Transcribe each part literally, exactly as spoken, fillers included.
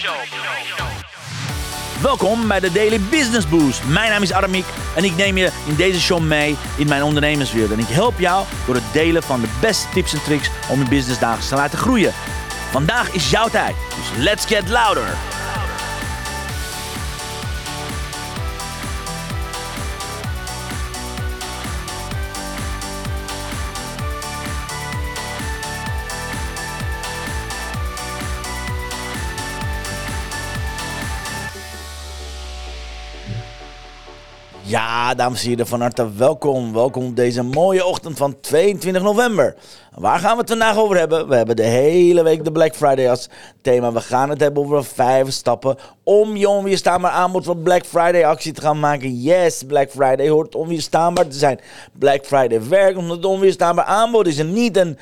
Welkom bij de Daily Business Boost. Mijn naam is Aramik en ik neem je in deze show mee in mijn ondernemerswereld. En ik help jou door het delen van de beste tips en tricks om je business dagelijks te laten groeien. Vandaag is jouw tijd, dus let's get louder. Ja, dames en heren, van harte welkom. Welkom op deze mooie ochtend van tweeëntwintig november. Waar gaan we het vandaag over hebben? We hebben de hele week de Black Friday als thema. We gaan het hebben over vijf stappen om je onweerstaanbaar aanbod van Black Friday actie te gaan maken. Yes, Black Friday hoort onweerstaanbaar te zijn. Black Friday werkt omdat het onweerstaanbaar aanbod is en niet een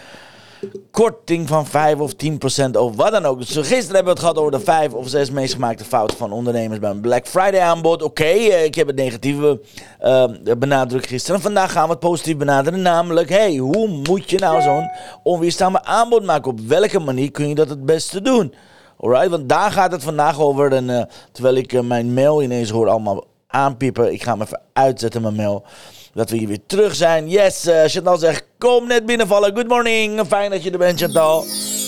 korting van vijf of tien procent of wat dan ook. Dus gisteren hebben we het gehad over de vijf of zes meest gemaakte fouten van ondernemers bij een Black Friday aanbod. Oké, okay, ik heb het negatieve uh, benadrukt gisteren. En vandaag gaan we het positief benaderen. Namelijk, hey, hoe moet je nou zo'n onweerstaanbaar aanbod maken? Op welke manier kun je dat het beste doen? Alright, want daar gaat het vandaag over. En, uh, terwijl ik uh, mijn mail ineens hoor allemaal aanpiepen. Ik ga hem even uitzetten, mijn mail. Dat we hier weer terug zijn. Yes, uh, Chantal zegt, kom net binnenvallen. Good morning. Fijn dat je er bent, Chantal.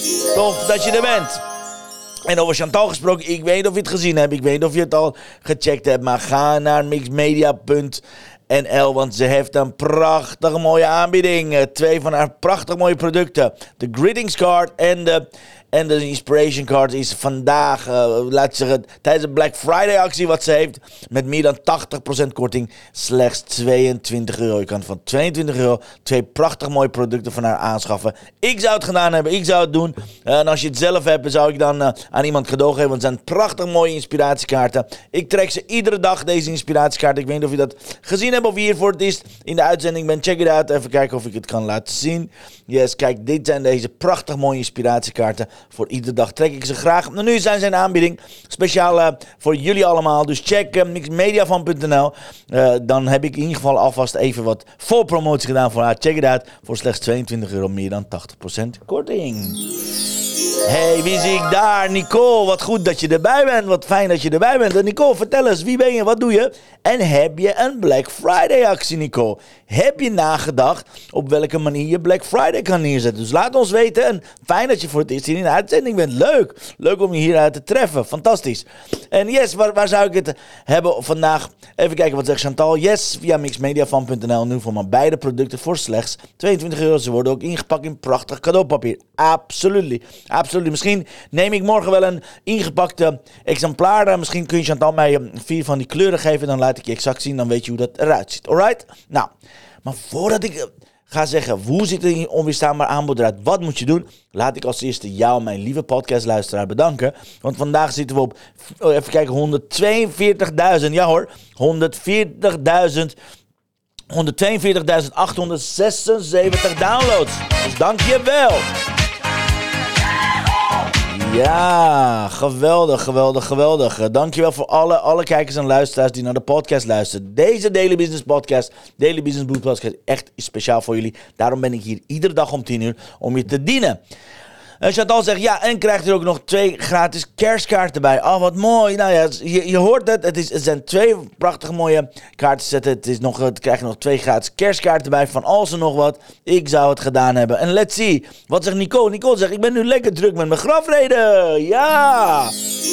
Tof dat je er bent. En over Chantal gesproken, ik weet niet of je het gezien hebt. Ik weet niet of je het al gecheckt hebt. Maar ga naar mixmedia punt n l, want ze heeft een prachtige mooie aanbieding. Uh, twee van haar prachtig mooie producten. De greetings card en de... En de Inspiration Card is vandaag, uh, laat ik zeggen, tijdens de Black Friday actie wat ze heeft. Met meer dan tachtig procent korting, slechts tweeëntwintig euro. Je kan van tweeëntwintig euro twee prachtig mooie producten van haar aanschaffen. Ik zou het gedaan hebben, ik zou het doen. Uh, en als je het zelf hebt, zou ik dan uh, aan iemand cadeau geven. Want het zijn prachtig mooie inspiratiekaarten. Ik trek ze iedere dag, deze inspiratiekaarten. Ik weet niet of je dat gezien hebt of je hier voor het eerst in de uitzending bent. Check it out, even kijken of ik het kan laten zien. Yes, kijk, dit zijn deze prachtig mooie inspiratiekaarten. Voor iedere dag trek ik ze graag. Maar nu zijn ze in aanbieding. Speciaal uh, voor jullie allemaal. Dus check uh, mixmediafan punt n l. Uh, dan heb ik in ieder geval alvast even wat voorpromotie gedaan voor haar. Check it out. Voor slechts tweeëntwintig euro. Meer dan tachtig procent korting. Hey, wie zie ik daar? Nicole, wat goed dat je erbij bent. Wat fijn dat je erbij bent. En Nicole, vertel eens, wie ben je? Wat doe je? En heb je een Black Friday actie, Nicole? Heb je nagedacht op welke manier je Black Friday kan neerzetten? Dus laat ons weten. En fijn dat je voor het eerst hier in de uitzending bent. Leuk. Leuk om je hieruit te treffen. Fantastisch. En yes, waar, waar zou ik het hebben vandaag? Even kijken, wat zegt Chantal? Yes, via mixmediafan punt n l. Nu voor mijn beide producten voor slechts tweeëntwintig euro. Ze worden ook ingepakt in prachtig cadeaupapier. Absoluut. Absoluut. Misschien neem ik morgen wel een ingepakte exemplaar. Misschien kun je Chantal mij vier van die kleuren geven. Dan laat ik je exact zien. Dan weet je hoe dat eruit ziet. Alright? Nou, maar voordat ik ga zeggen hoe ziet een onweerstaanbaar aanbod eruit, wat moet je doen, laat ik als eerste jou, mijn lieve podcastluisteraar, bedanken. Want vandaag zitten we op, even kijken, honderdtweeënveertigduizend. Ja hoor, honderdveertigduizend. honderdtweeënveertigduizend achthonderdzesenzeventig downloads. Dus dank je wel. Ja, geweldig, geweldig, geweldig. Dankjewel voor alle, alle kijkers en luisteraars die naar de podcast luisteren. Deze Daily Business Podcast, Daily Business Boost Podcast, echt speciaal voor jullie. Daarom ben ik hier iedere dag om tien uur om je te dienen. Uh, Chantal zegt, ja, en krijgt er ook nog twee gratis kerstkaarten bij. Oh, wat mooi. Nou ja, je, je hoort het. Het, is, het zijn twee prachtige mooie kaarten zetten. Het is nog, het krijg je nog twee gratis kerstkaarten bij. Van als er nog wat. Ik zou het gedaan hebben. En let's see. Wat zegt Nicole? Nicole zegt, ik ben nu lekker druk met mijn grafreden. Ja.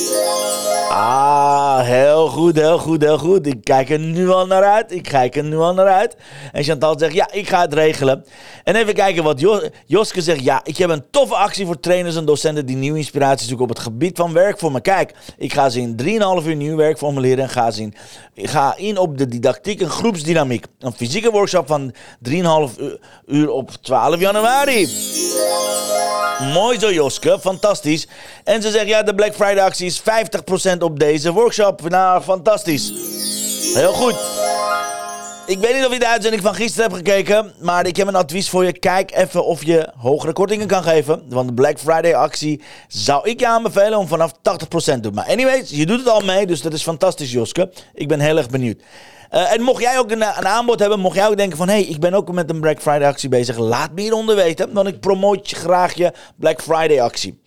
Ah, heel goed, heel goed, heel goed. Ik kijk er nu al naar uit. Ik kijk er nu al naar uit. En Chantal zegt, ja, ik ga het regelen. En even kijken wat Jos, Joske zegt. Ja, ik heb een toffe actie voor trainers en docenten die nieuwe inspiratie zoeken op het gebied van werkvormen. Kijk, ik ga ze in drieënhalf uur nieuw werkvormen leren en ga, zien, ga in op de didactiek en groepsdynamiek. Een fysieke workshop van drieënhalf uur op twaalf januari. Mooi zo, Joske. Fantastisch. En ze zegt, ja, de Black Friday actie is vijftig procent op deze workshop. Nou, fantastisch. Heel goed. Ik weet niet of je de uitzending van gisteren hebt gekeken, maar ik heb een advies voor je. Kijk even of je hogere kortingen kan geven. Want de Black Friday actie zou ik je aanbevelen om vanaf tachtig procent te doen. Maar anyways, je doet het al mee, dus dat is fantastisch, Joske. Ik ben heel erg benieuwd. Uh, en mocht jij ook een, een aanbod hebben, mocht jij ook denken van, hé, hey, ik ben ook met een Black Friday actie bezig. Laat me hieronder weten, want ik promote je graag je Black Friday actie.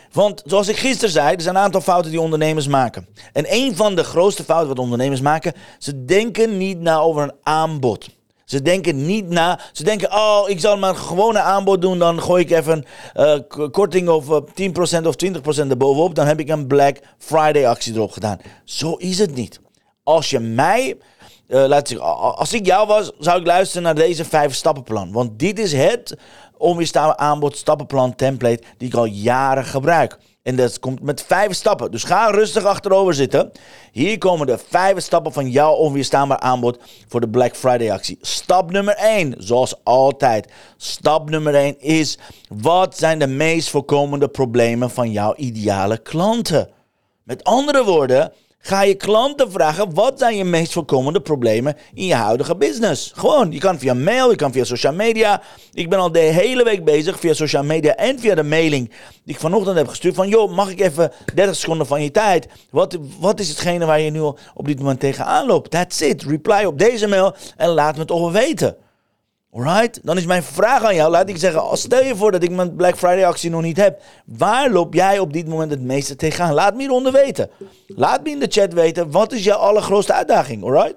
Want zoals ik gisteren zei, er zijn een aantal fouten die ondernemers maken. En een van de grootste fouten wat ondernemers maken, ze denken niet na over een aanbod. Ze denken niet na. Ze denken, oh, ik zal maar gewoon een aanbod doen. Dan gooi ik even een uh, korting of uh, tien procent of twintig procent erbovenop. Dan heb ik een Black Friday actie erop gedaan. Zo is het niet. Als je mij, uh, laat zeggen, als ik jou was, zou ik luisteren naar deze vijf stappenplan. Want dit is het onweerstaanbaar aanbod stappenplan template die ik al jaren gebruik. En dat komt met vijf stappen. Dus ga rustig achterover zitten. Hier komen de vijf stappen van jouw onweerstaanbaar aanbod voor de Black Friday actie. Stap nummer één, zoals altijd. Stap nummer één is, wat zijn de meest voorkomende problemen van jouw ideale klanten? Met andere woorden, ga je klanten vragen, wat zijn je meest voorkomende problemen in je huidige business? Gewoon, je kan via mail, je kan via social media. Ik ben al de hele week bezig via social media en via de mailing die ik vanochtend heb gestuurd. Van, joh, mag ik even dertig seconden van je tijd? Wat, wat is hetgene waar je nu op dit moment tegenaan loopt? That's it. Reply op deze mail en laat me het over weten. Alright? Dan is mijn vraag aan jou, laat ik zeggen, stel je voor dat ik mijn Black Friday actie nog niet heb. Waar loop jij op dit moment het meeste tegenaan? Laat me hieronder weten. Laat me in de chat weten, wat is jouw allergrootste uitdaging? Alright?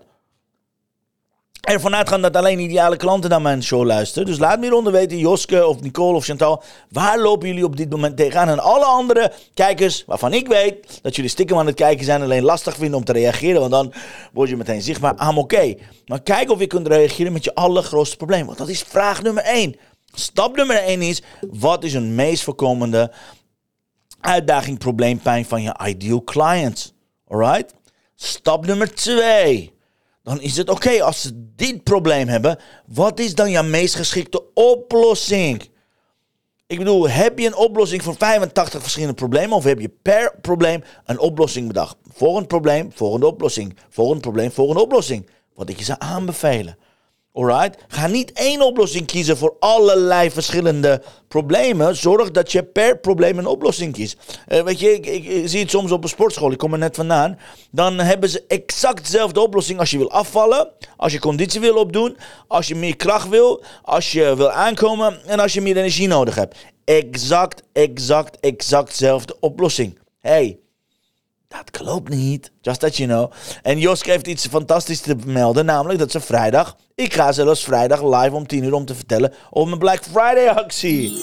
Ervan uitgaan dat alleen ideale klanten naar mijn show luisteren. Dus laat me hieronder weten, Joske of Nicole of Chantal, waar lopen jullie op dit moment tegenaan? En alle andere kijkers, waarvan ik weet dat jullie stiekem aan het kijken zijn, alleen lastig vinden om te reageren, want dan word je meteen zichtbaar. I'm oké. Okay. Maar kijk of je kunt reageren met je allergrootste probleem. Want dat is vraag nummer één. Stap nummer één is, wat is een meest voorkomende uitdaging, probleem, pijn van je ideal clients? Alright? Stap nummer twee. Dan is het oké, okay, als ze dit probleem hebben, wat is dan jouw meest geschikte oplossing? Ik bedoel, heb je een oplossing voor vijfentachtig verschillende problemen of heb je per probleem een oplossing bedacht? Volgend probleem, volgende oplossing. Volgend probleem, volgende oplossing. Wat ik je zou aanbevelen. Alright? Ga niet één oplossing kiezen voor allerlei verschillende problemen. Zorg dat je per probleem een oplossing kiest. Uh, weet je, ik, ik, ik zie het soms op een sportschool. Ik kom er net vandaan. Dan hebben ze exact dezelfde oplossing als je wil afvallen. Als je conditie wil opdoen. Als je meer kracht wil. Als je wil aankomen. En als je meer energie nodig hebt. Exact, exact, exact dezelfde oplossing. Hey. Dat klopt niet. Just that you know. En Joske heeft iets fantastisch te melden. Namelijk dat ze vrijdag... Ik ga zelfs vrijdag live om tien uur om te vertellen over mijn Black Friday actie.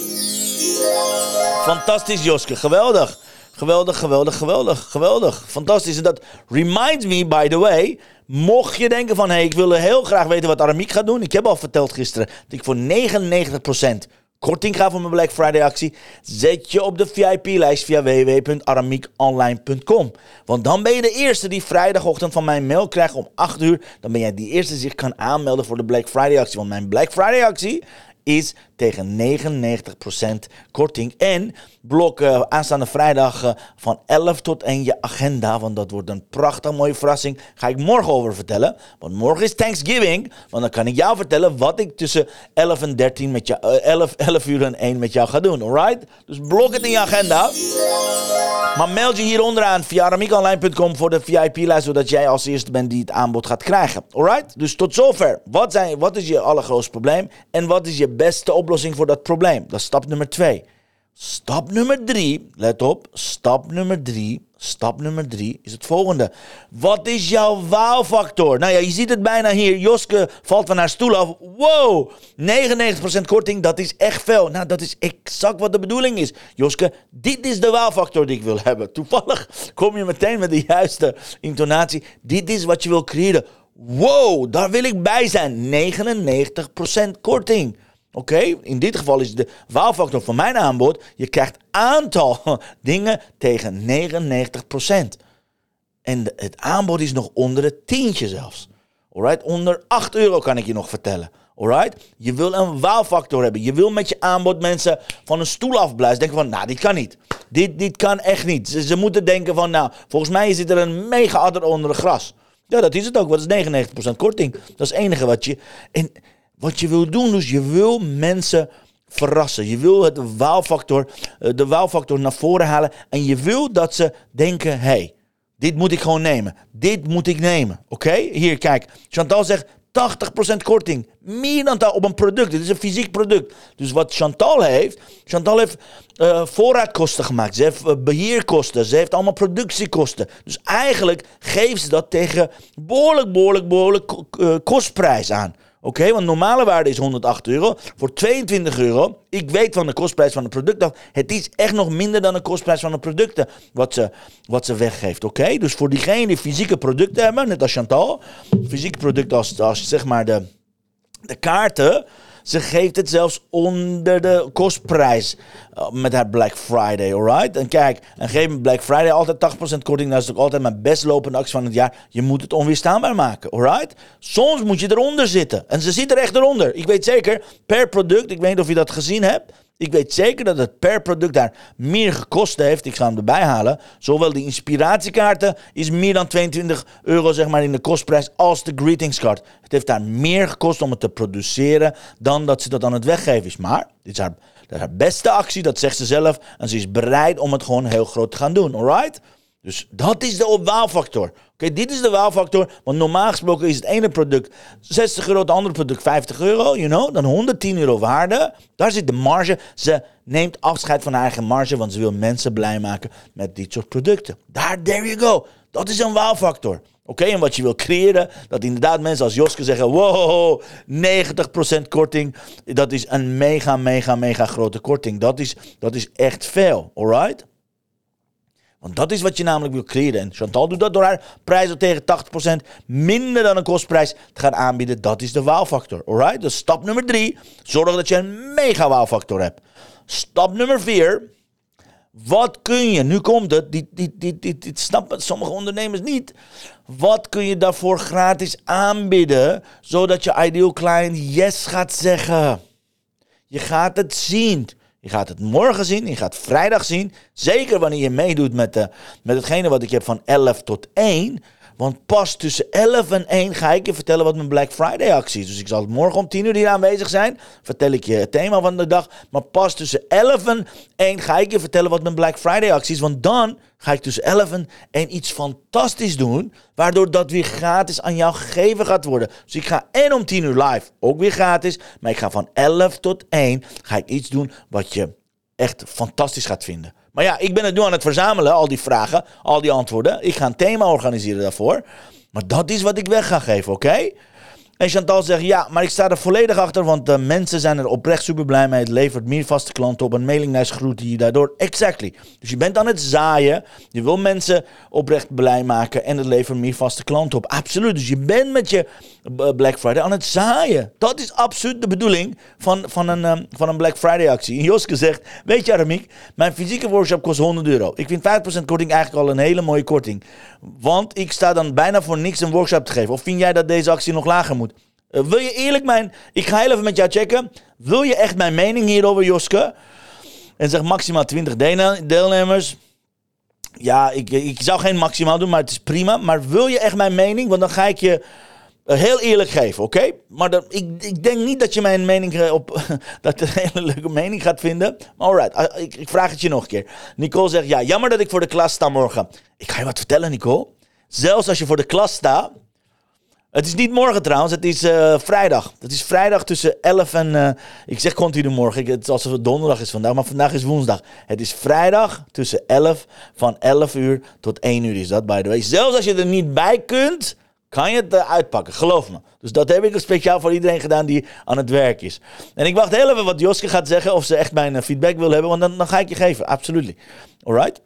Fantastisch, Joske. Geweldig. Geweldig, geweldig, geweldig, geweldig. Fantastisch. En dat reminds me, by the way... Mocht je denken van... Hey, ik wil heel graag weten wat Aramik gaat doen. Ik heb al verteld gisteren dat ik voor negenennegentig procent... korting ga voor mijn Black Friday actie. Zet je op de V I P-lijst via w w w punt aramik online punt com. Want dan ben je de eerste die vrijdagochtend van mijn mail krijgt om acht uur. Dan ben jij die eerste die zich kan aanmelden voor de Black Friday actie. Want mijn Black Friday actie is tegen negenennegentig procent korting. En blok uh, aanstaande vrijdag uh, van elf tot één je agenda. Want dat wordt een prachtig mooie verrassing. Ga ik morgen over vertellen. Want morgen is Thanksgiving. Want dan kan ik jou vertellen wat ik tussen elf en dertien met jou, uh, elf, elf uur en één met jou ga doen. Alright? Dus blok het in je agenda. Maar meld je hier onderaan via aramik online punt com voor de V I P-lijst. Zodat jij als eerste bent die het aanbod gaat krijgen. Alright? Dus tot zover. Wat, zijn, wat is je allergrootste probleem? En wat is je beste oplossing voor dat probleem? Dat is stap nummer twee. Stap nummer drie, let op, stap nummer drie, stap nummer drie is het volgende. Wat is jouw wow-factor? Nou ja, je ziet het bijna hier. Joske valt van haar stoel af. Wow, negenennegentig procent korting, dat is echt veel. Nou, dat is exact wat de bedoeling is. Joske, dit is de wow-factor die ik wil hebben. Toevallig kom je meteen met de juiste intonatie. Dit is wat je wil creëren. Wow, daar wil ik bij zijn. negenennegentig procent korting. Oké, okay? In dit geval is de wow-factor van mijn aanbod. Je krijgt aantal dingen tegen negenennegentig procent. En de, het aanbod is nog onder het tientje zelfs. Alright, onder acht euro kan ik je nog vertellen. Alright, je wil een wow-factor hebben. Je wil met je aanbod mensen van een stoel afblijven. Denken van, nou, dit kan niet. Dit, dit kan echt niet. Ze, ze moeten denken van, nou, volgens mij zit er een mega adder onder het gras. Ja, dat is het ook. Wat is negenennegentig procent korting? Dat is het enige wat je... En, Wat je wil doen, dus je wil mensen verrassen. Je wil het wow-factor, de wow-factor naar voren halen. En je wil dat ze denken, hey, dit moet ik gewoon nemen. Dit moet ik nemen. Oké? Okay? Hier, kijk. Chantal zegt, tachtig procent korting. Meer dan dat op een product. Dit is een fysiek product. Dus wat Chantal heeft... Chantal heeft uh, voorraadkosten gemaakt. Ze heeft uh, beheerkosten. Ze heeft allemaal productiekosten. Dus eigenlijk geeft ze dat tegen behoorlijk, behoorlijk, behoorlijk uh, kostprijs aan. Oké, okay, want normale waarde is honderdacht euro. Voor tweeëntwintig euro, ik weet van de kostprijs van het product af, het is echt nog minder dan de kostprijs van de producten wat ze, wat ze weggeeft. Oké, okay? Dus voor diegenen die fysieke producten hebben, net als Chantal, fysieke producten als, als zeg maar de, de kaarten, ze geeft het zelfs onder de kostprijs uh, met haar Black Friday, alright? En kijk, en geef me Black Friday altijd tachtig procent korting. Dat is ook altijd mijn best lopende actie van het jaar. Je moet het onweerstaanbaar maken, alright? Soms moet je eronder zitten. En ze zit er echt eronder. Ik weet zeker, per product, ik weet niet of je dat gezien hebt. Ik weet zeker dat het per product daar meer gekost heeft. Ik ga hem erbij halen. Zowel die inspiratiekaarten is meer dan tweeëntwintig euro zeg maar in de kostprijs als de greetingskaart. Het heeft daar meer gekost om het te produceren dan dat ze dat aan het weggeven is. Maar dit is haar, dat is haar beste actie, dat zegt ze zelf. En ze is bereid om het gewoon heel groot te gaan doen, alright? Dus dat is de wow-factor. Oké, okay, dit is de wow-factor. Want normaal gesproken is het ene product zestig euro, het andere product vijftig euro, you know. Dan honderdtien euro waarde. Daar zit de marge. Ze neemt afscheid van haar eigen marge, want ze wil mensen blij maken met dit soort producten. Daar, there you go. Dat is een wow-factor. Oké, okay, en wat je wil creëren, dat inderdaad mensen als Joske zeggen, wow, negentig procent korting. Dat is een mega, mega, mega grote korting. Dat is, dat is echt veel, alright? Want dat is wat je namelijk wil creëren. En Chantal doet dat door haar prijzen tegen tachtig procent minder dan een kostprijs te gaan aanbieden. Dat is de wow-factor. Alright? Dus stap nummer drie. Zorg dat je een mega wow-factor hebt. Stap nummer vier. Wat kun je, nu komt het, dit, dit, dit, dit, dit snappen sommige ondernemers niet. Wat kun je daarvoor gratis aanbieden, zodat je ideal client yes gaat zeggen? Je gaat het zien. Je gaat het morgen zien, je gaat vrijdag zien. Zeker wanneer je meedoet met, de, met hetgene wat ik heb van elf tot één. Want pas tussen elf en één ga ik je vertellen wat mijn Black Friday actie is. Dus ik zal morgen om tien uur hier aanwezig zijn. Vertel ik je het thema van de dag. Maar pas tussen elf en één ga ik je vertellen wat mijn Black Friday actie is. Want dan ga ik tussen elf en één iets fantastisch doen. Waardoor dat weer gratis aan jou gegeven gaat worden. Dus ik ga en om tien uur live, ook weer gratis. Maar ik ga van elf tot één ga ik iets doen wat je echt fantastisch gaat vinden. Maar ja, ik ben het nu aan het verzamelen, al die vragen, al die antwoorden. Ik ga een thema organiseren daarvoor. Maar dat is wat ik weg ga geven, oké? Okay? En Chantal zegt, ja, maar ik sta er volledig achter, want de mensen zijn er oprecht super blij mee. Het levert meer vaste klanten op, een mailinglijst groeit je daardoor. Exactly. Dus je bent aan het zaaien, je wil mensen oprecht blij maken en het levert meer vaste klanten op. Absoluut. Dus je bent met je Black Friday aan het zaaien. Dat is absoluut de bedoeling van, van, een, um, van een Black Friday actie. En Joske zegt, weet je Aramiek, mijn fysieke workshop kost honderd euro. Ik vind vijf procent korting eigenlijk al een hele mooie korting. Want ik sta dan bijna voor niks een workshop te geven. Of vind jij dat deze actie nog lager moet? Uh, wil je eerlijk mijn... Ik ga heel even met jou checken. Wil je echt mijn mening hierover, Joske? En zeg maximaal twintig deelnemers. Ja, ik, ik zou geen maximaal doen, maar het is prima. Maar wil je echt mijn mening? Want dan ga ik je uh, heel eerlijk geven, oké? Okay? Maar dan, ik, ik denk niet dat je mijn mening op... dat je een hele leuke mening gaat vinden. Alright, uh, ik, ik vraag het je nog een keer. Nicole zegt, ja, jammer dat ik voor de klas sta morgen. Ik ga je wat vertellen, Nicole. Zelfs als je voor de klas staat... Het is niet morgen trouwens, het is uh, vrijdag. Het is vrijdag tussen elf en... Uh, ik zeg continu morgen, ik, het is alsof het donderdag is vandaag, maar vandaag is woensdag. Het is vrijdag tussen elf, van elf uur tot één uur is dat, by the way. Zelfs als je er niet bij kunt, kan je het uh, uitpakken, geloof me. Dus dat heb ik speciaal voor iedereen gedaan die aan het werk is. En ik wacht heel even wat Joske gaat zeggen, of ze echt mijn uh, feedback wil hebben, want dan, dan ga ik je geven, absoluut. Alright?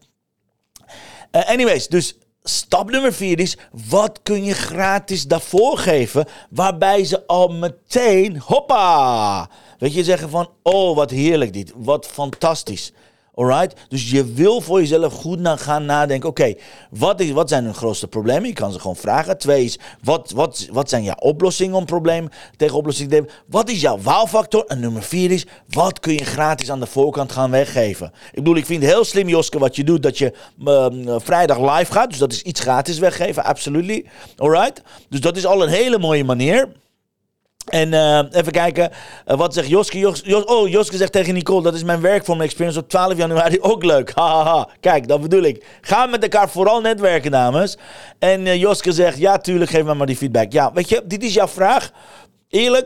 Uh, anyways, dus... Stap nummer vier is, wat kun je gratis daarvoor geven, waarbij ze al meteen, hoppa, weet je, zeggen van, oh, wat heerlijk dit, wat fantastisch. Alright? Dus je wil voor jezelf goed na gaan nadenken. Oké, okay, wat, wat zijn hun grootste problemen? Je kan ze gewoon vragen. Twee is, wat, wat, wat zijn jouw oplossingen om problemen tegen oplossing te hebben? Wat is jouw wow-factor? En nummer vier is, wat kun je gratis aan de voorkant gaan weggeven? Ik bedoel, ik vind het heel slim, Joske, wat je doet, dat je uh, vrijdag live gaat. Dus dat is iets gratis weggeven, absoluut. Alright? Dus dat is al een hele mooie manier. En uh, even kijken, uh, wat zegt Joske? Jos, Jos, oh, Joske zegt tegen Nicole, dat is mijn werkvorm experience op twaalf januari ook leuk. Hahaha, ha, ha. Kijk, dat bedoel ik. Ga met elkaar vooral netwerken, dames. En uh, Joske zegt, ja, tuurlijk, geef me maar die feedback. Ja, weet je, dit is jouw vraag. Eerlijk,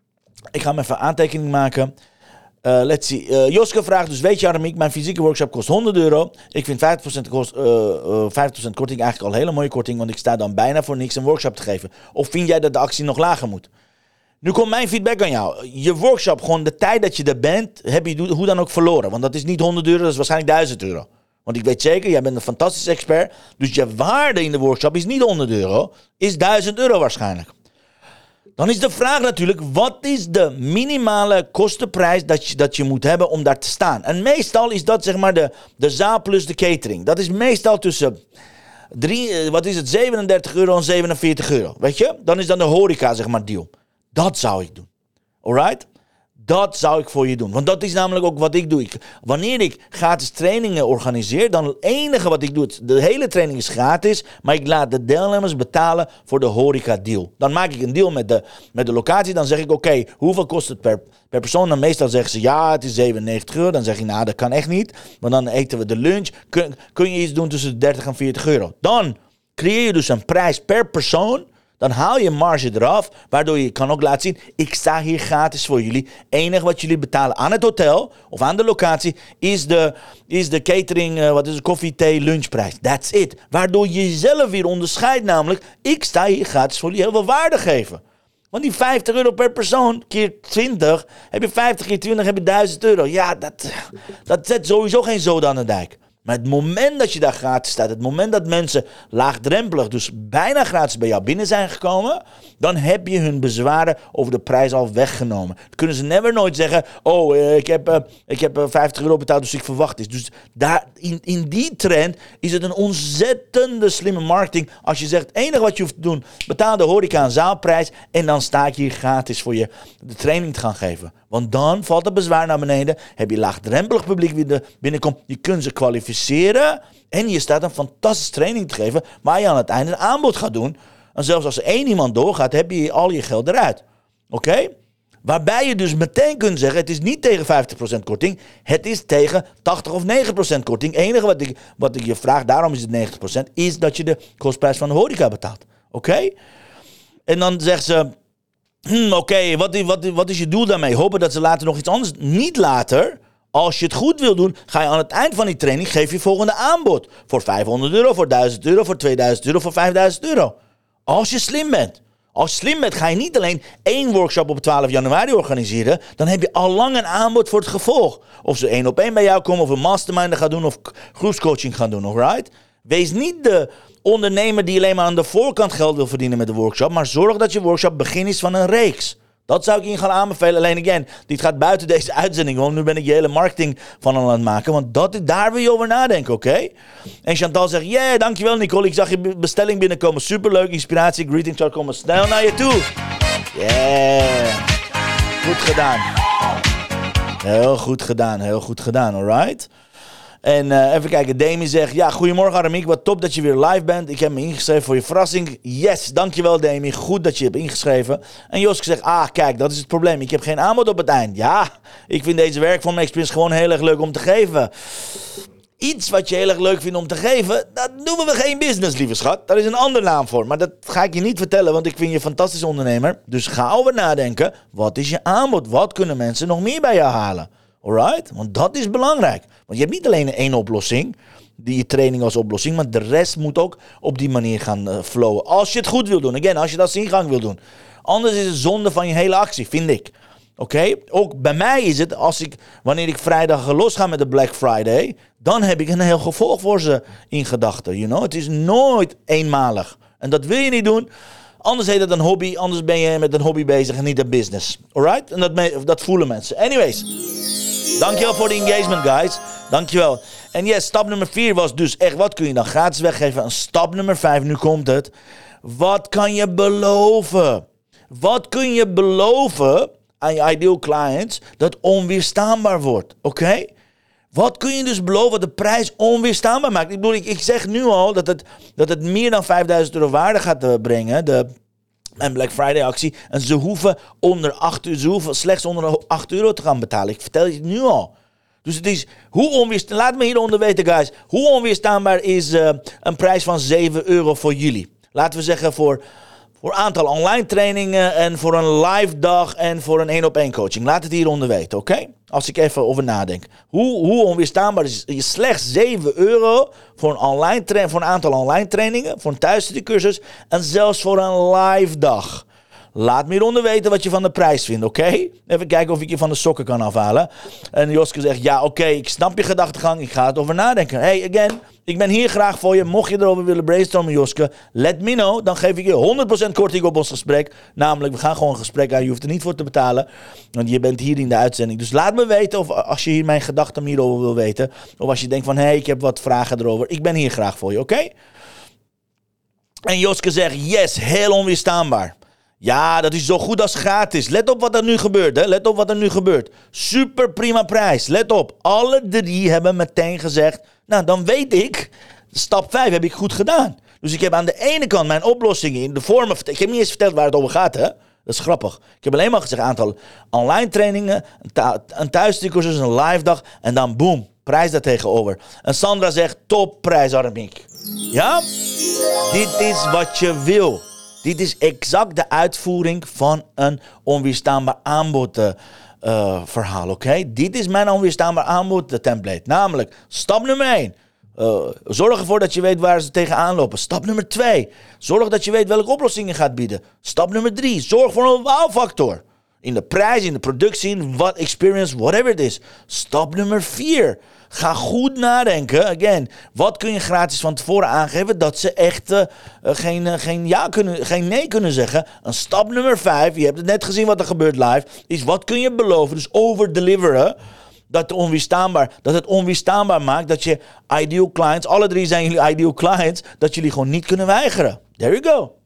ik ga hem even een aantekening maken. Uh, let's see. Uh, Joske vraagt dus, weet je Aramiek, mijn fysieke workshop kost honderd euro. Ik vind vijftig procent, kost, uh, uh, vijftig procent korting eigenlijk al een hele mooie korting, want ik sta dan bijna voor niks een workshop te geven. Of vind jij dat de actie nog lager moet? Nu komt mijn feedback aan jou. Je workshop, gewoon de tijd dat je er bent, heb je hoe dan ook verloren. Want dat is niet honderd euro, dat is waarschijnlijk duizend euro. Want ik weet zeker, jij bent een fantastische expert. Dus je waarde in de workshop is niet honderd euro, is duizend euro waarschijnlijk. Dan is de vraag natuurlijk, wat is de minimale kostenprijs dat je, dat je moet hebben om daar te staan? En meestal is dat zeg maar de, de zaal plus de catering. Dat is meestal tussen drie, wat is het, zevenendertig euro en zevenenveertig euro. Weet je? Dan is dan de horeca zeg maar deal. Dat zou ik doen. Alright? Dat zou ik voor je doen. Want dat is namelijk ook wat ik doe. Ik, wanneer ik gratis trainingen organiseer, dan het enige wat ik doe, de hele training is gratis, maar ik laat de deelnemers betalen voor de horeca deal. Dan maak ik een deal met de, met de locatie. Dan zeg ik, oké, okay, hoeveel kost het per, per persoon? Dan meestal zeggen ze, ja, het is zevenennegentig euro. Dan zeg je, nou, dat kan echt niet. Maar dan eten we de lunch. Kun, kun je iets doen tussen de dertig en veertig euro. Dan creëer je dus een prijs per persoon. Dan haal je marge eraf, waardoor je kan ook laten zien, ik sta hier gratis voor jullie. Enige wat jullie betalen aan het hotel of aan de locatie is de, is de catering, uh, wat is het, koffie, thee, lunchprijs. That's it. Waardoor je jezelf weer onderscheidt, namelijk, ik sta hier gratis voor jullie, heel veel waarde geven. Want die vijftig euro per persoon, keer twintig, heb je vijftig keer twintig, heb je duizend euro. Ja, dat, dat zet sowieso geen zoden aan de dijk. Maar het moment dat je daar gratis staat, het moment dat mensen laagdrempelig, dus bijna gratis bij jou binnen zijn gekomen, dan heb je hun bezwaren over de prijs al weggenomen. Dan kunnen ze never nooit zeggen, oh, uh, ik heb, uh, ik heb uh, vijftig euro betaald, dus ik verwacht iets. Dus daar, in, in die trend is het een ontzettende slimme marketing. Als je zegt, het enige wat je hoeft te doen, betaal de horeca een zaalprijs en dan sta ik hier gratis voor je de training te gaan geven. Want dan valt het bezwaar naar beneden, heb je laagdrempelig publiek wie er binnenkomt, je kunt ze kwalificeren en je staat een fantastische training te geven waar je aan het einde een aanbod gaat doen. En zelfs als er één iemand doorgaat, heb je al je geld eruit. Oké? Okay? Waarbij je dus meteen kunt zeggen, het is niet tegen vijftig procent korting, het is tegen tachtig of negentig procent korting. Het enige wat ik, wat ik je vraag, daarom is het negentig procent, is dat je de kostprijs van de horeca betaalt. Oké? Okay? En dan zegt ze, hm, oké, okay, wat, wat, wat is je doel daarmee? Hopen dat ze later nog iets anders, niet later. Als je het goed wil doen, ga je aan het eind van die training, geef je volgende aanbod. Voor vijfhonderd euro, voor duizend euro, voor tweeduizend euro, voor vijfduizend euro. Als je slim bent. Als je slim bent, ga je niet alleen één workshop op twaalf januari organiseren. Dan heb je al lang een aanbod voor het gevolg. Of ze één op één bij jou komen, of een mastermind gaan doen, of groepscoaching gaan doen, alright? Wees niet de ondernemer die alleen maar aan de voorkant geld wil verdienen met de workshop. Maar zorg dat je workshop begin is van een reeks. Dat zou ik je gaan aanbevelen. Alleen again, dit gaat buiten deze uitzending. Want nu ben ik je hele marketing van aan het maken. Want dat, daar wil je over nadenken, oké? Okay? En Chantal zegt, yeah, dankjewel Nicole. Ik zag je bestelling binnenkomen. Superleuk, inspiratie, greetings zal komen snel naar je toe. Yeah. Goed gedaan. Heel goed gedaan, heel goed gedaan, alright? En uh, even kijken, Demi zegt, ja, goedemorgen Aramiek, wat top dat je weer live bent. Ik heb me ingeschreven voor je verrassing. Yes, dankjewel Demi, goed dat je hebt ingeschreven. En Joske zegt, ah, kijk, dat is het probleem. Ik heb geen aanbod op het eind. Ja, ik vind deze werk van mijn experience gewoon heel erg leuk om te geven. Iets wat je heel erg leuk vindt om te geven, dat noemen we geen business, lieve schat. Daar is een andere naam voor, maar dat ga ik je niet vertellen, want ik vind je een fantastische ondernemer. Dus ga over nadenken, wat is je aanbod? Wat kunnen mensen nog meer bij jou halen? Alright? Want dat is belangrijk. Want je hebt niet alleen één oplossing, die training als oplossing, maar de rest moet ook op die manier gaan uh, flowen. Als je het goed wil doen. Again, als je dat als ingang wil doen. Anders is het zonde van je hele actie, vind ik. Oké? Okay? Ook bij mij is het, als ik, wanneer ik vrijdag los ga met de Black Friday, dan heb ik een heel gevolg voor ze in gedachten. You know? Het is nooit eenmalig. En dat wil je niet doen. Anders heet het een hobby. Anders ben je met een hobby bezig en niet een business. Alright? En dat, me- dat voelen mensen. Anyways. Dankjewel voor de engagement, guys. Dankjewel. En yes, stap nummer vier was dus echt, wat kun je dan gratis weggeven? En stap nummer vijf, nu komt het. Wat kan je beloven? Wat kun je beloven aan je ideal clients dat onweerstaanbaar wordt? Oké? Okay? Wat kun je dus beloven dat de prijs onweerstaanbaar maakt? Ik bedoel, ik, ik zeg nu al dat het, dat het meer dan vijfduizend euro waarde gaat uh, brengen. De En Black Friday actie. En ze hoeven, onder acht uur, ze hoeven slechts onder acht euro te gaan betalen. Ik vertel je het nu al. Dus het is, hoe onweerstaanbaar, laat me hieronder weten guys. Hoe onweerstaanbaar is uh, een prijs van zeven euro voor jullie? Laten we zeggen voor... Voor een aantal online trainingen en voor een live dag en voor een één op één coaching. Laat het hieronder weten, oké? Okay? Als ik even over nadenk. Hoe, hoe onweerstaanbaar is, is slechts zeven euro voor een, online tra- voor een aantal online trainingen, voor een thuisstudiecursus en zelfs voor een live dag. Laat me hieronder weten wat je van de prijs vindt, oké? Okay? Even kijken of ik je van de sokken kan afhalen. En Joske zegt, ja, oké, okay, ik snap je gedachtegang. Ik ga het over nadenken. Hey, again, ik ben hier graag voor je. Mocht je erover willen brainstormen, Joske, let me know. Dan geef ik je honderd procent korting op ons gesprek. Namelijk, we gaan gewoon een gesprek aan. Je hoeft er niet voor te betalen. Want je bent hier in de uitzending. Dus laat me weten of als je hier mijn gedachten hierover wil weten. Of als je denkt van, hé, hey, ik heb wat vragen erover. Ik ben hier graag voor je, oké? Okay? En Joske zegt, yes, heel onweerstaanbaar. Ja, dat is zo goed als gratis. Let op wat er nu gebeurt, hè. Let op wat er nu gebeurt. Super prima prijs. Let op. Alle drie hebben meteen gezegd... Nou, dan weet ik... Stap vijf heb ik goed gedaan. Dus ik heb aan de ene kant mijn oplossingen in de vorm... Ik heb niet eens verteld waar het over gaat, hè. Dat is grappig. Ik heb alleen maar gezegd... aantal online trainingen... een, thu- een thuisstudiecursus, een live dag... en dan boom, prijs daar tegenover. En Sandra zegt... Top prijs, Armiek. Ja? Dit is wat je wil... Dit is exact de uitvoering van een onweerstaanbaar aanbod uh, uh, verhaal, oké? Okay? Dit is mijn onweerstaanbaar aanbod uh, template. Namelijk, stap nummer één. Uh, zorg ervoor dat je weet waar ze tegenaan lopen. Stap nummer twee. Zorg dat je weet welke oplossingen je gaat bieden. Stap nummer drie. Zorg voor een wow-factor. In de prijs, in de productie, in what experience, whatever it is. Stap nummer vier. Ga goed nadenken. Again, wat kun je gratis van tevoren aangeven dat ze echt uh, geen, uh, geen, ja kunnen, geen nee kunnen zeggen. En stap nummer vijf, je hebt het net gezien wat er gebeurt live, is wat kun je beloven, dus overdeliveren. Dat het onweerstaanbaar, dat het onweerstaanbaar maakt dat je ideal clients, alle drie zijn jullie ideal clients, dat jullie gewoon niet kunnen weigeren. There you go.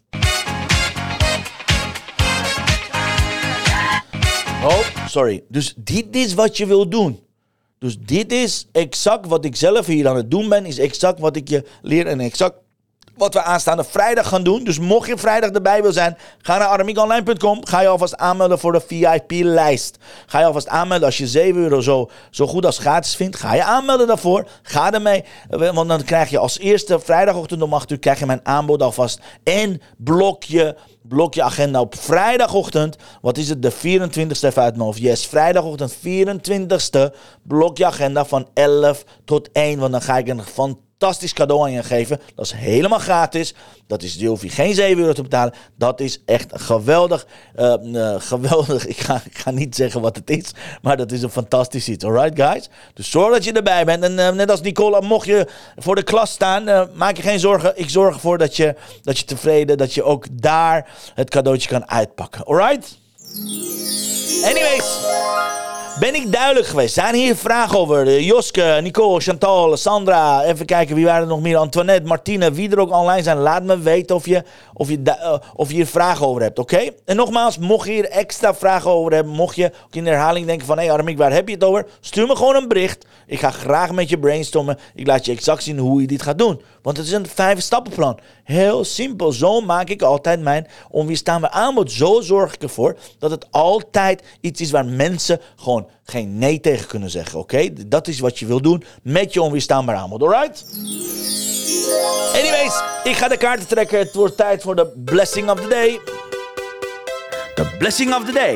Oh, sorry. Dus dit is wat je wil doen. Dus dit is exact wat ik zelf hier aan het doen ben. Is exact wat ik je leer en exact wat we aanstaande vrijdag gaan doen. Dus mocht je vrijdag erbij wil zijn, ga naar aramiek online punt com. Ga je alvast aanmelden voor de V I P-lijst. Ga je alvast aanmelden als je zeven euro zo, zo goed als gratis vindt. Ga je aanmelden daarvoor. Ga ermee. Want dan krijg je als eerste vrijdagochtend om acht uur krijg je mijn aanbod alvast. En blok je, blok je agenda op vrijdagochtend. Wat is het? De vierentwintigste even uit mijn hoofd. Yes, vrijdagochtend vierentwintigste. Blok je agenda van elf tot één. Want dan ga ik een fantastisch... fantastisch cadeau aan je geven. Dat is helemaal gratis. Dat is, die hoef je geen zeven euro te betalen. Dat is echt geweldig. Uh, uh, geweldig. Ik ga, ik ga niet zeggen wat het is. Maar dat is een fantastisch iets. Alright guys? Dus zorg dat je erbij bent. En uh, net als Nicole, mocht je voor de klas staan. Uh, maak je geen zorgen. Ik zorg ervoor dat je, dat je tevreden. Dat je ook daar het cadeautje kan uitpakken. Alright? Anyways. Ben ik duidelijk geweest? Zijn hier vragen over? Joske, Nicole, Chantal, Sandra. Even kijken, wie waren er nog meer? Antoinette, Martine, wie er ook online zijn. Laat me weten of je, of je, uh, of je hier vragen over hebt, oké? Okay? En nogmaals, mocht je hier extra vragen over hebben, mocht je ook in de herhaling denken van, hé hey Armiek, waar heb je het over? Stuur me gewoon een bericht. Ik ga graag met je brainstormen. Ik laat je exact zien hoe je dit gaat doen. Want het is een vijf-stappenplan. Heel simpel. Zo maak ik altijd mijn onweerstaanbaar aanbod. Zo zorg ik ervoor dat het altijd iets is waar mensen gewoon geen nee tegen kunnen zeggen. Oké? Okay? Dat is wat je wil doen met je onweerstaanbaar aanbod. Alright? Anyways, ik ga de kaarten trekken. Het wordt tijd voor de blessing of the day. De blessing of the day.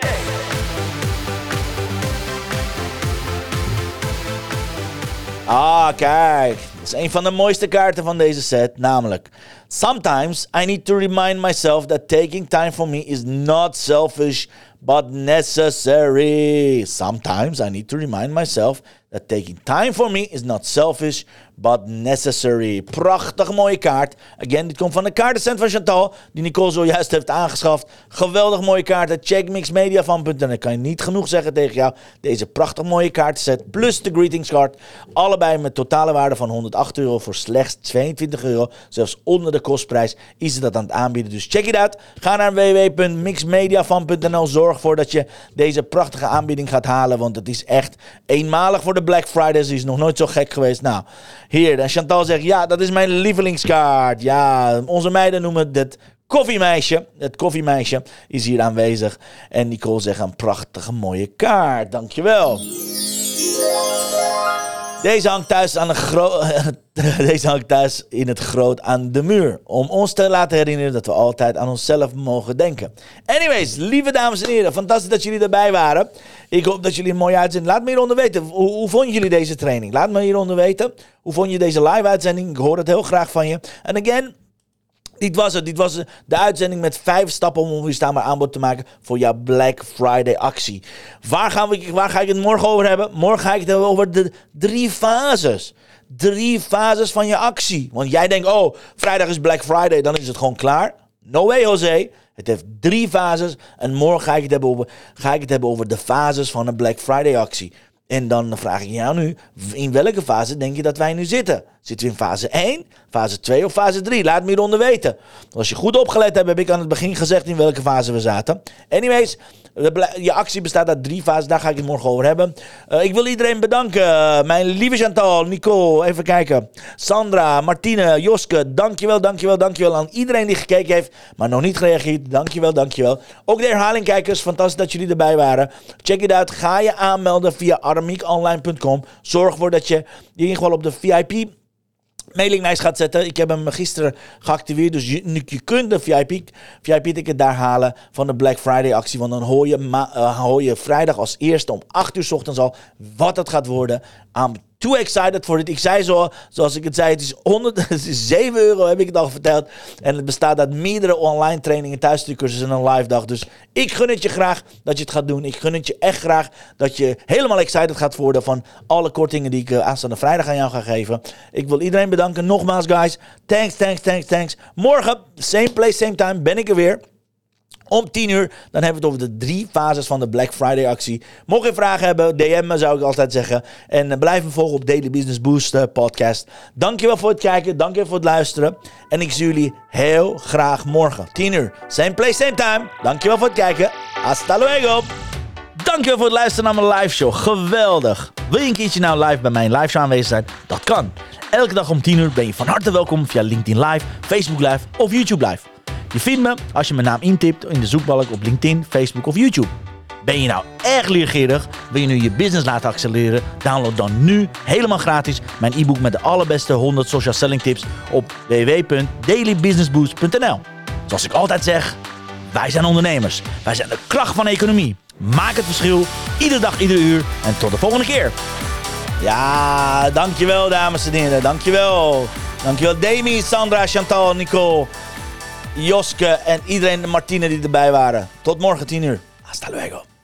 Ah, kijk. Dat is een van de mooiste kaarten van deze set. Namelijk, sometimes I need to remind myself that taking time for me is not selfish, but necessary. Sometimes I need to remind myself that taking time for me is not selfish, but necessary. Prachtig mooie kaart. Again, dit komt van de kaartencent van Chantal, die Nicole zojuist heeft aangeschaft. Geweldig mooie kaarten. Check mix media van punt n l. Ik kan je niet genoeg zeggen tegen jou. Deze prachtig mooie kaartenset plus de greetingskaart. Allebei met totale waarde van honderdacht euro voor slechts tweeëntwintig euro. Zelfs onder de kostprijs is het dat aan het aanbieden. Dus check it out. Ga naar w w w punt mix media van punt n l. Zorg ervoor dat je deze prachtige aanbieding gaat halen. Want het is echt eenmalig voor de Black Fridays. Die is nog nooit zo gek geweest. Nou, hier. En Chantal zegt, ja, dat is mijn lievelingskaart. Ja, onze meiden noemen dit koffiemeisje. Het koffiemeisje is hier aanwezig. En Nicole zegt een prachtige mooie kaart. Dankjewel. Deze hangt thuis aan een gro- Deze hangt thuis in het groot aan de muur. Om ons te laten herinneren dat we altijd aan onszelf mogen denken. Anyways, lieve dames en heren. Fantastisch dat jullie erbij waren. Ik hoop dat jullie een mooie uitzending... Laat me hieronder weten. Hoe, hoe vonden jullie deze training? Laat me hieronder weten. Hoe vond je deze live uitzending? Ik hoor het heel graag van je. En again... Dit was het. Dit was de uitzending met vijf stappen om onweerstaanbaar aanbod te maken voor jouw Black Friday actie. Waar, gaan we, waar ga ik het morgen over hebben? Morgen ga ik het hebben over de drie fases. Drie fases van je actie. Want jij denkt, oh, vrijdag is Black Friday, dan is het gewoon klaar. No way, José. Het heeft drie fases. En morgen ga ik het hebben over, ga ik het hebben over de fases van een Black Friday actie. En dan vraag ik jou nu, in welke fase denk je dat wij nu zitten? Zitten we in fase één, fase twee of fase drie? Laat me hieronder weten. Als je goed opgelet hebt, heb ik aan het begin gezegd in welke fase we zaten. Anyways, je actie bestaat uit drie fases, daar ga ik het morgen over hebben. Uh, ik wil iedereen bedanken. Mijn lieve Chantal, Nicole, even kijken. Sandra, Martine, Joske, dankjewel, dankjewel, dankjewel aan iedereen die gekeken heeft, maar nog niet gereageerd. Dankjewel, dankjewel. Ook de herhalingkijkers, fantastisch dat jullie erbij waren. Check it out, ga je aanmelden via aramiekonline punt com. Zorg ervoor dat je in ieder geval op de V I P mailinglijst gaat zetten. Ik heb hem gisteren geactiveerd. Dus je, je kunt de V I P, V I P-ticket daar halen van de Black Friday actie. Want dan hoor je, ma- uh, hoor je vrijdag als eerste om acht uur 's ochtends al wat het gaat worden. I'm too excited for it. Ik zei zo, zoals ik het zei, het is, honderd, het is zeven euro, heb ik het al verteld. En het bestaat uit meerdere online trainingen, thuisstuurcursussen en een live dag. Dus ik gun het je graag dat je het gaat doen. Ik gun het je echt graag dat je helemaal excited gaat worden van alle kortingen die ik uh, aanstaande vrijdag aan jou ga geven. Ik wil iedereen bedanken. Nogmaals, guys. Thanks, thanks, thanks, thanks. Morgen, same place, same time, ben ik er weer. Om tien uur, dan hebben we het over de drie fases van de Black Friday actie. Mocht je vragen hebben, D M me zou ik altijd zeggen. En uh, blijf me volgen op Daily Business Boost uh, podcast. Dankjewel voor het kijken, dankjewel voor het luisteren. En ik zie jullie heel graag morgen. tien uur, same place, same time. Dankjewel voor het kijken. Hasta luego. Dankjewel voor het luisteren naar mijn live show. Geweldig. Wil je een keertje nou live bij mijn live show aanwezig zijn? Dat kan. Elke dag om tien uur ben je van harte welkom via LinkedIn Live, Facebook Live of YouTube Live. Je vindt me als je mijn naam intipt in de zoekbalk op LinkedIn, Facebook of YouTube. Ben je nou erg leergierig? Wil je nu je business laten accelereren? Download dan nu helemaal gratis mijn e-book met de allerbeste honderd social selling tips op w w w punt daily business boost punt n l. Zoals ik altijd zeg, wij zijn ondernemers. Wij zijn de kracht van de economie. Maak het verschil, iedere dag, iedere uur. En tot de volgende keer. Ja, dankjewel dames en heren. Dankjewel. Dankjewel Demi, Sandra, Chantal, Nicole, Joske en iedereen, Martine die erbij waren. Tot morgen tien uur. Hasta luego.